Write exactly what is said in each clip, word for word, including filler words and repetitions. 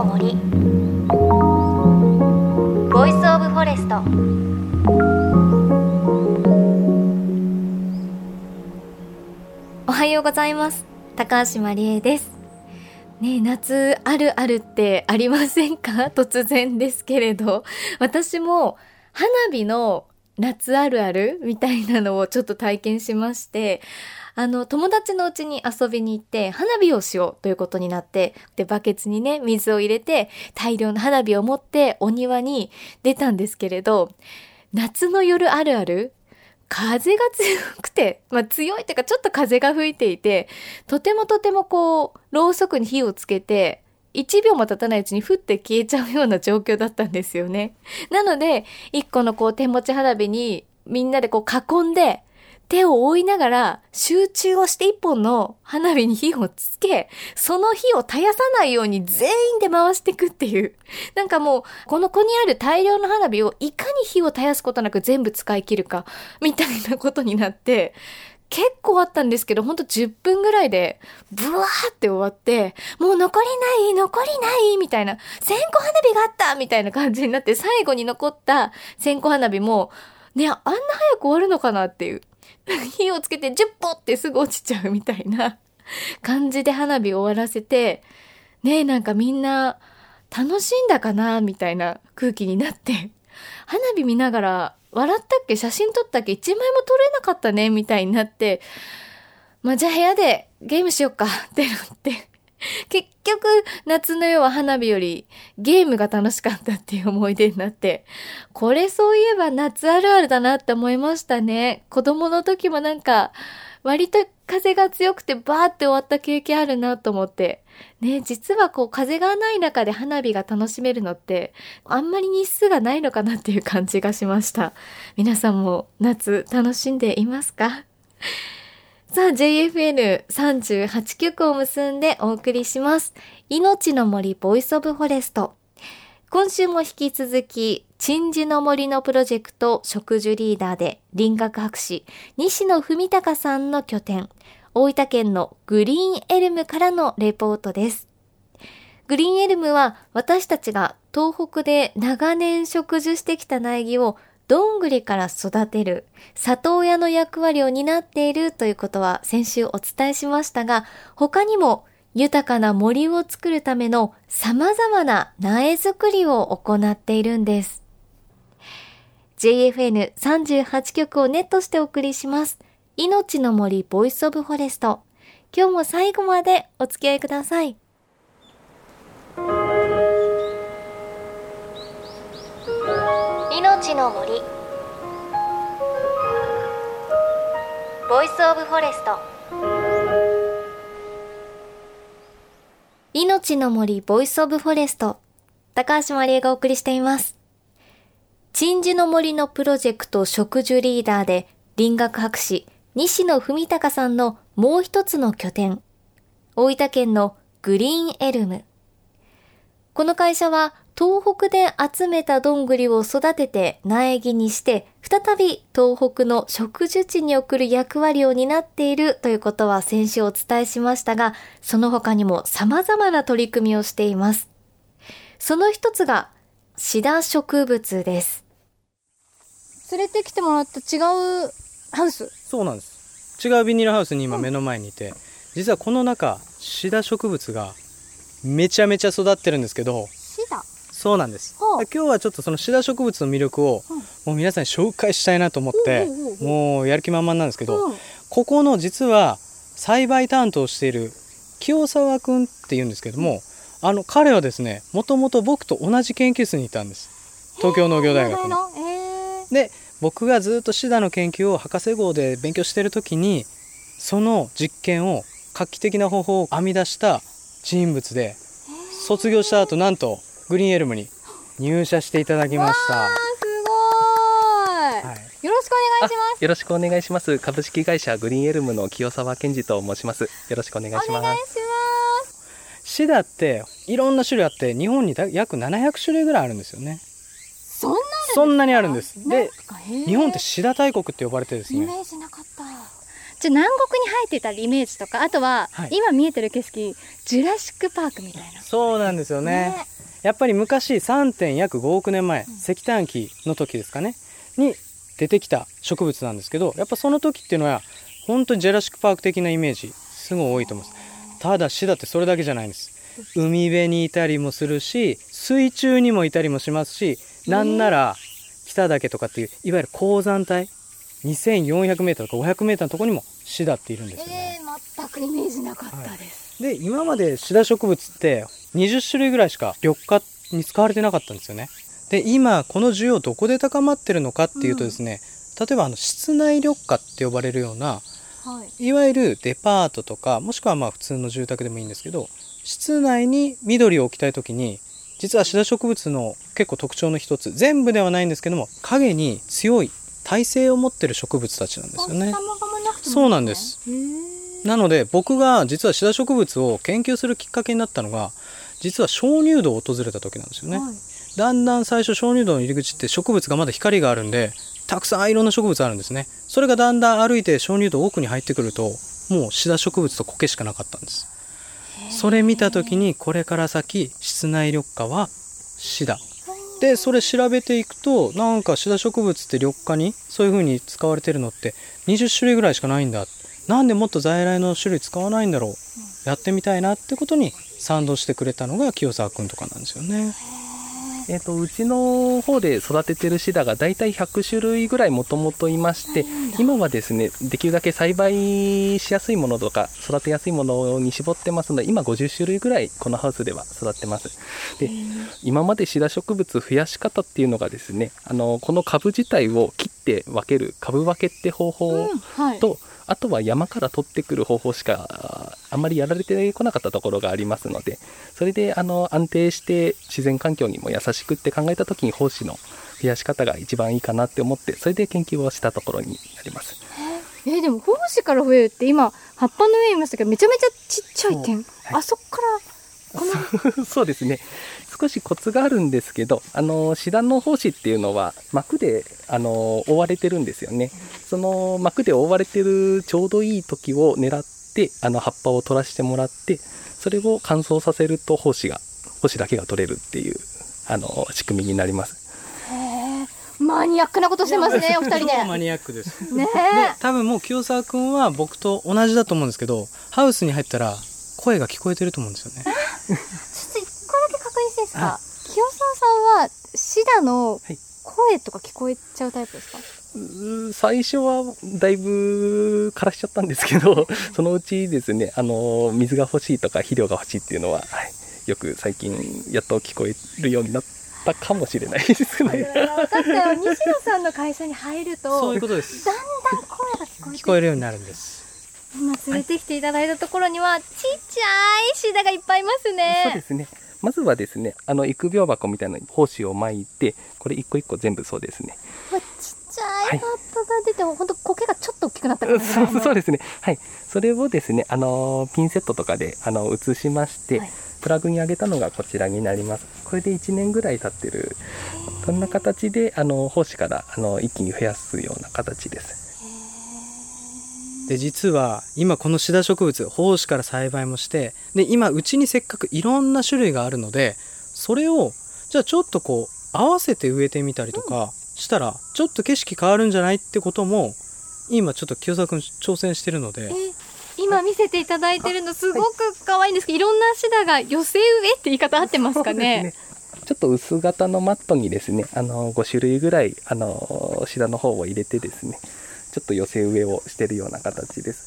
の森ボイスオブフォレスト。おはようございます。高橋まりえです。ねえ、夏あるあるってありませんか？突然ですけれど、私も花火の夏あるあるみたいなのをちょっと体験しまして、あの友達の家に遊びに行って花火をしようということになって、でバケツにね水を入れて大量の花火を持ってお庭に出たんですけれど、夏の夜あるある、風が強くて、まあ強いというかちょっと風が吹いていて、とてもとてもこうろうそくに火をつけていちびょうも経たないうちにふって消えちゃうような状況だったんですよね。なので一個のこう手持ち花火にみんなでこう囲んで手を覆いながら集中をして一本の花火に火をつけ、その火を絶やさないように全員で回していくっていう、なんかもうこの子にある大量の花火をいかに火を絶やすことなく全部使い切るかみたいなことになって、結構あったんですけど、ほんとじゅっぷんぐらいでブワーって終わって、もう残りない残りないみたいな、線香花火があったみたいな感じになって、最後に残った線香花火もね、あんな早く終わるのかなっていう、火をつけてジュッポってすぐ落ちちゃうみたいな感じで花火を終わらせて、ねえ、なんかみんな楽しんだかなみたいな空気になって、花火見ながら笑ったっけ、写真撮ったっけ、一枚も撮れなかったねみたいになって、まあじゃあ部屋でゲームしよっかってなって結局夏の夜は花火よりゲームが楽しかったっていう思い出になって、これそういえば夏あるあるだなって思いましたね。子供の時もなんか割と風が強くてバーって終わった経験あるなと思ってね。実はこう風がない中で花火が楽しめるのってあんまり日数がないのかなっていう感じがしました。皆さんも夏楽しんでいますか？さあ ジェイエフエヌさんじゅうはち 曲を結んでお送りします。命の森ボイスオブフォレスト。今週も引き続き鎮守の森のプロジェクト植樹リーダーで林学博士西野文隆さんの拠点、大分県のグリーンエルムからのレポートです。グリーンエルムは私たちが東北で長年植樹してきた苗木をどんぐりから育てる里親の役割を担っているということは先週お伝えしましたが、他にも豊かな森を作るための様々な苗作りを行っているんです。ジェイエフエヌさんじゅうはち 曲をネットしてお送りします。命の森ボイスオブフォレスト。今日も最後までお付き合いください。命の森ボイスオブフォレスト。命の森ボイスオブフォレスト、高橋まりえがお送りしています。鎮守の森のプロジェクト植樹リーダーで林学博士西野文隆さんのもう一つの拠点、大分県のグリーンエルム。この会社は東北で集めたどんぐりを育てて苗木にして、再び東北の植樹地に送る役割を担っているということは先週お伝えしましたが、その他にも様々な取り組みをしています。その一つがシダ植物です。 連れてきてもらった違うハウス。 そうなんです。違うビニールハウスに今目の前にいて、うん、実はこの中シダ植物がめちゃめちゃ育ってるんですけど。 シダ？そうなんです。 今日はちょっとそのシダ植物の魅力をもう皆さんに紹介したいなと思って、もうやる気満々なんですけど、ここの実は栽培担当している清沢くんっていうんですけども、あの彼はですね、もともと僕と同じ研究室にいたんです。東京農業大学の。で、僕がずっとシダの研究を博士号で勉強している時に、その実験を画期的な方法を編み出した人物で、卒業した後なんとグリーンエルムに入社していただきました。 すごい、はい、よろしくお願いします。 よろしくお願いします。株式会社グリーンエルムの清沢健二と申します。よろしくお願いします。 お願いします。 シダっていろんな種類あって、日本に約ななひゃくしゅるいぐらいあるんですよね。 そんなそんなにあるんです。で、日本ってシダ大国って呼ばれてですね。 イメージなかった。じゃあ南国に生えてたイメージとか、あとは、はい、今見えてる景色ジュラシックパークみたいな。 そうなんですよね。ね、 やっぱり昔さんてん約ごおくねんまえ、石炭紀の時ですかねに出てきた植物なんですけど、やっぱその時っていうのは本当にジェラシックパーク的なイメージすごい多いと思います。ただシダってそれだけじゃないんです。海辺にいたりもするし、水中にもいたりもしますし、なんなら北岳とかっていういわゆる高山帯にせんよんひゃくメートルとかごひゃくメートルのところにもシダっているんですよね。 えー、全くイメージなかったです、 はい、で今までシダ植物ってにじゅっしゅるいぐらいしか緑化に使われてなかったんですよね。で今この需要どこで高まってるのかっていうとですね、うん、例えばあの室内緑化って呼ばれるような、はい、いわゆるデパートとかもしくはまあ普通の住宅でもいいんですけど、室内に緑を置きたいときに実はシダ植物の結構特徴の一つ、全部ではないんですけども影に強い耐性を持ってる植物たちなんですよね。そうなんです。なので僕が実はシダ植物を研究するきっかけになったのが実は鍾乳洞を訪れた時なんですよね、はい、だんだん最初鍾乳洞の入り口って植物がまだ光があるんでたくさんいろんな植物あるんですね。それがだんだん歩いて鍾乳洞奥に入ってくるともうシダ植物と苔しかなかったんです。それ見た時にこれから先室内緑化はシダで、それ調べていくとなんかシダ植物って緑化にそういう風に使われてるのってにじゅっしゅるいぐらいしかないんだ、なんでもっと在来の種類使わないんだろう、やってみたいなってことに賛同してくれたのが清沢くんとかなんですよね。 えーと、うちの方で育ててるシダがだいたいひゃくしゅるいぐらいもともといまして、今はですねできるだけ栽培しやすいものとか育てやすいものに絞ってますので、今ごじゅっしゅるいぐらいこのハウスでは育ってます。で今までシダ植物増やし方っていうのがですね、あのこの株自体を切って分ける株分けって方法と、うんはい、あとは山から取ってくる方法しかあんまりやられてこなかったところがありますので、それであの安定して自然環境にも優しくって考えた時に胞子の増やし方が一番いいかなって思って、それで研究をしたところになります。 えー、でも胞子から増えるって今葉っぱの上にいましたけどめちゃめちゃちっちゃい点、はい、あそこからこのそうですね、少しコツがあるんですけど、あのシダの胞子っていうのは膜であの覆われてるんですよね。その膜で覆われてるちょうどいい時を狙ってあの葉っぱを取らせてもらって、それを乾燥させると胞子が胞子だけが取れるっていうあの仕組みになります。 へー、マニアックなことしてますねお二人で。 マニアックですね。 で多分もう清沢くんは僕と同じだと思うんですけど、ハウスに入ったら声が聞こえてると思うんですよね。 ちょっと一個だけ確認していいですか。清沢さんはシダの声とか聞こえちゃうタイプですか。はい、 最初はだいぶ枯らしちゃったんですけどそのうちですね、あの水が欲しいとか肥料が欲しいっていうのは、はい、よく最近やっと聞こえるようになったかもしれないですね。 分かったよ、西野さんの会社に入るとそういうことです。 だんだん声が聞こえて聞こえるようになるんです。 今連れてきていただいたところには、はい、ちっちゃいシダがいっぱいいますね。 そうですね。まずはですね、あの育苗箱みたいな胞子を巻いて、これ一個一個全部そうですね。 ちっちゃい葉っぱが出て、はい、本当苔がちょっと大きくなった感じですね。 そう、そうですね。はい。それをですね、あのピンセットとかであの移しまして、はい、プラグに上げたのがこちらになります。これでいちねんぐらい経ってる。そんな形であの胞子からあの一気に増やすような形です。 で実は今このシダ植物胞子から栽培もして、で今うちにせっかくいろんな種類があるので、それをじゃあちょっとこう合わせて植えてみたりとかしたら、ちょっと景色変わるんじゃないってことも今ちょっと清沢くん挑戦してるので、 え今見せていただいてるのすごく可愛いんですけど、はい、いろんなシダが寄せ植えって言い方合ってますかね。 ちょっと薄型のマットにですね、あのごしゅるいぐらいあのシダの方を入れてですね、ちょっと寄せ植えをしてるような形です。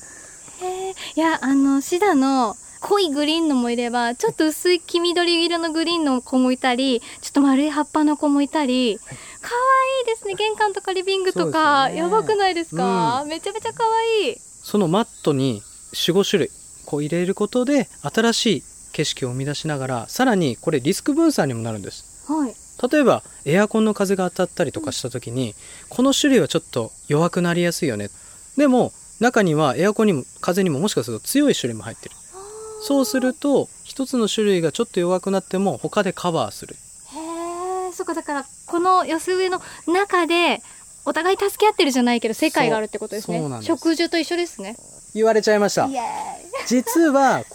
へー、いやあのシダの濃いグリーンのもいれば、ちょっと薄い黄緑色のグリーンの子もいたり、ちょっと丸い葉っぱの子もいたり、可愛いですね。玄関とかリビングとか、ね、やばくないですか、うん、めちゃめちゃ可愛い。 そのマットに よん,ご 種類こう入れることで新しい景色を生み出しながら、さらにこれリスク分散にもなるんです。 はい、 例えばエアコンの風が当たったりとかした時に、うん、この種類はちょっと弱くなりやすいよね。でも中にはエアコンにも風にももしかすると強い種類も入ってる。そうすると一つの種類がちょっと弱くなっても他でカバーする。 へえ、そこだからこの寄せ植えの中でお互い助け合ってるじゃないけど世界があるってことですね。そうなんです。植樹と一緒ですね。 言われちゃいました。実はこれ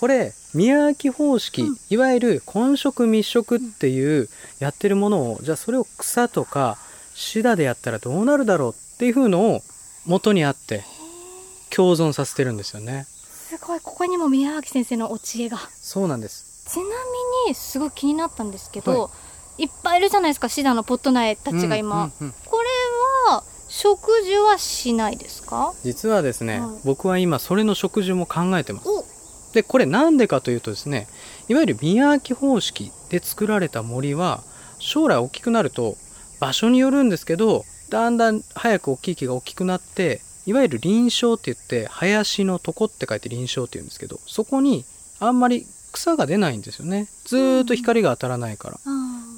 宮脇方式、うん、いわゆる混植密植っていうやってるものを、じゃあそれを草とかシダでやったらどうなるだろうっていう風のを元にあって共存させてるんですよね。 すごい、ここにも宮脇先生のお知恵が。 そうなんです。 ちなみにすごい気になったんですけど、はい、いっぱいいるじゃないですか、シダのポット苗たちが今、うんうんうん、これは植樹はしないですか？ 実はですね、はい、僕は今それの植樹も考えてます。でこれなんでかというとですね、いわゆる宮脇方式で作られた森は将来大きくなると場所によるんですけど、だんだん早く大きい木が大きくなって、いわゆる林床って言って林のとこって書いて林床って言うんですけど、そこにあんまり草が出ないんですよね。ずーっと光が当たらないから、うん、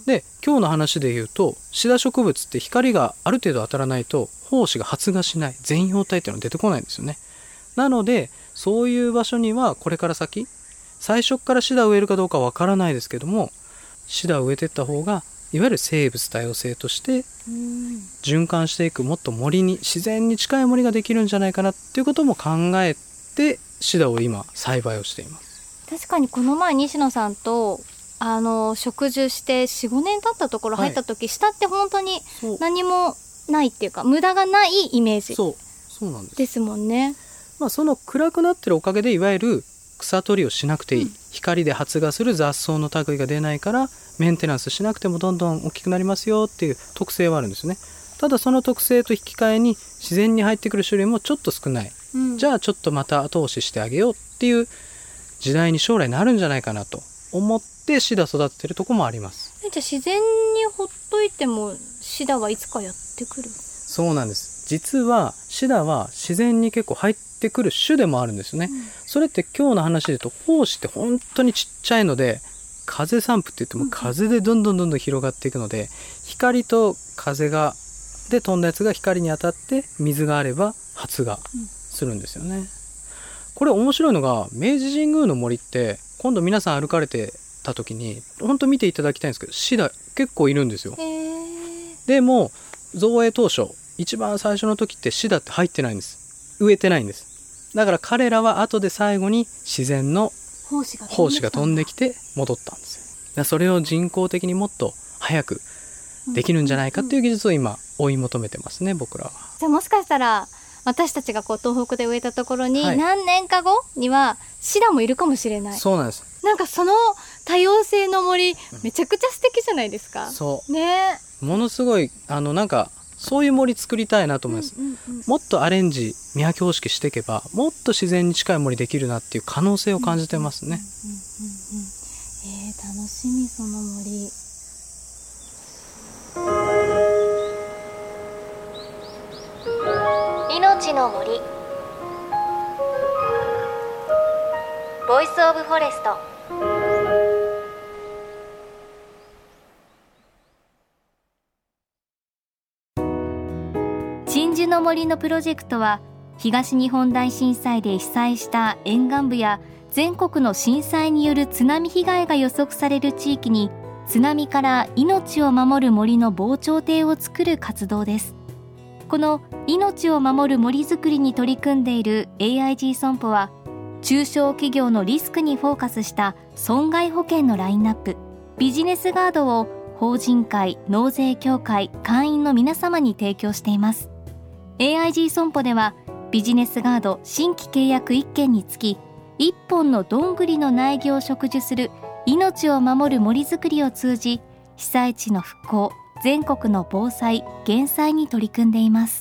で今日の話で言うと、シダ植物って光がある程度当たらないと胞子が発芽しない、全葉体っていうのが出てこないんですよね。なのでそういう場所にはこれから先、最初からシダを植えるかどうかわからないですけども、シダを植えていった方がいわゆる生物多様性として循環していく、もっと森に自然に近い森ができるんじゃないかなっていうことも考えてシダを今栽培をしています。 確かにこの前西野さんとあの植樹して よん,ご 年経ったところ入った時、はい、下って本当に何もないっていうか無駄がないイメージそうそうなんですですもんね。 まあ、その暗くなってるおかげでいわゆる草取りをしなくていい、うん、光で発芽する雑草の類が出ないからメンテナンスしなくてもどんどん大きくなりますよっていう特性はあるんですね。ただその特性と引き換えに自然に入ってくる種類もちょっと少ない、うん、じゃあちょっとまた後押ししてあげようっていう時代に将来なるんじゃないかなと思ってシダ育ててるとこもあります。 じゃあ自然にほっといてもシダはいつかやってくる？ そうなんです。実はシダは自然に結構入ってくる種でもあるんですよね、うん、それって今日の話で言うと胞子って本当にちっちゃいので、風散布って言っても風でどんどんどんどん広がっていくので、光と風がで飛んだやつが光に当たって水があれば発芽するんですよね、うん、これ面白いのが明治神宮の森って今度皆さん歩かれてた時に本当見ていただきたいんですけど、シダ結構いるんですよ。でも造営当初一番最初の時ってシダって入ってないんです。植えてないんです。だから彼らは後で最後に自然の胞子が飛んできて戻ったんですよ。それを人工的にもっと早くできるんじゃないかっていう技術を今追い求めてますね、僕らは。 じゃあもしかしたら私たちがこう東北で植えたところに何年か後にはシダもいるかもしれない、はい、 そうなんです。 なんかその多様性の森めちゃくちゃ素敵じゃないですか、 うん、そうね、 ものすごいあのなんかそういう森作りたいなと思います、うんうんうん、もっとアレンジ宮脇方式していけばもっと自然に近い森できるなっていう可能性を感じてますね、うんうんうんうん、 えー、楽しみその森。命の森ボイスオブフォレスト。鎮守の森のプロジェクトは東日本大震災で被災した沿岸部や全国の震災による津波被害が予測される地域に津波から命を守る森の防潮堤を作る活動です。この命を守る森づくりに取り組んでいる エーアイジー 損保は中小企業のリスクにフォーカスした損害保険のラインナップビジネスガードを法人会、納税協会、会員の皆様に提供しています。 エーアイジー 損保ではビジネスガード新規契約いっけんにつきいっぽんのどんぐりの苗木を植樹する命を守る森づくりを通じ被災地の復興、全国の防災・減災に取り組んでいます。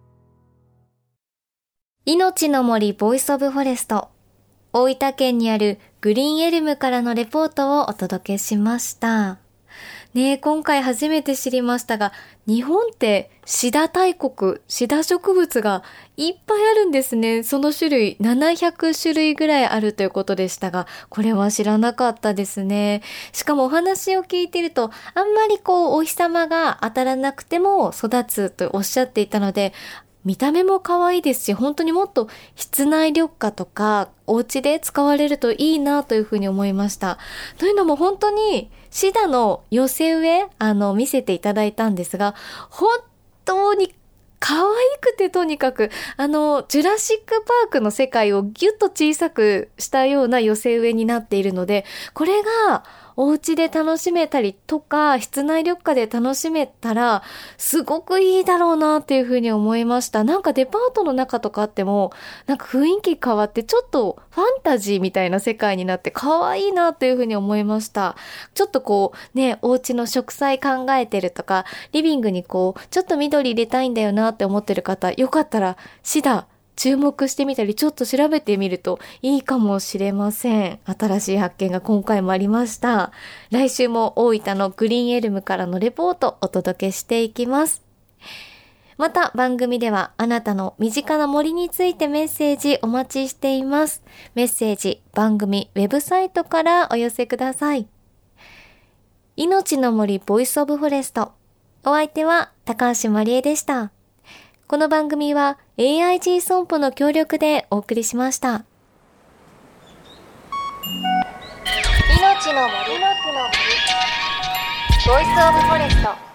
命の森ボイスオブフォレスト、大分県にあるグリーンエルムからのレポートをお届けしました。ねえ、今回初めて知りましたが、日本ってシダ大国、シダ植物がいっぱいあるんですね。その種類ななひゃくしゅるいぐらいあるということでしたが、これは知らなかったですね。しかもお話を聞いていると、あんまりこうお日様が当たらなくても育つとおっしゃっていたので、見た目も可愛いですし、本当にもっと室内緑化とかお家で使われるといいなというふうに思いました。というのも本当にシダの寄せ植えあの見せていただいたんですが、本当に可愛くてね、とにかく。あの、ジュラシックパークの世界をギュッと小さくしたような寄せ植えになっているので、これがお家で楽しめたりとか、室内緑化で楽しめたら、すごくいいだろうなっていうふうに思いました。なんかデパートの中とかあっても、なんか雰囲気変わって、ちょっとファンタジーみたいな世界になって可愛いなっていうふうに思いました。ちょっとこう、ね、お家の植栽考えてるとか、リビングにこう、ちょっと緑入れたいんだよなって思ってる方、よかったら、シダ、注目してみたり、ちょっと調べてみるといいかもしれません。新しい発見が今回もありました。来週も大分のグリーンエルムからのレポートお届けしていきます。また番組ではあなたの身近な森についてメッセージお待ちしています。メッセージ番組ウェブサイトからお寄せください。命の森ボイスオブフォレスト。お相手は高橋まりえでした。この番組は エーアイジー 損保の協力でお送りしました。命の森の木の森ボイスオブフォレスト。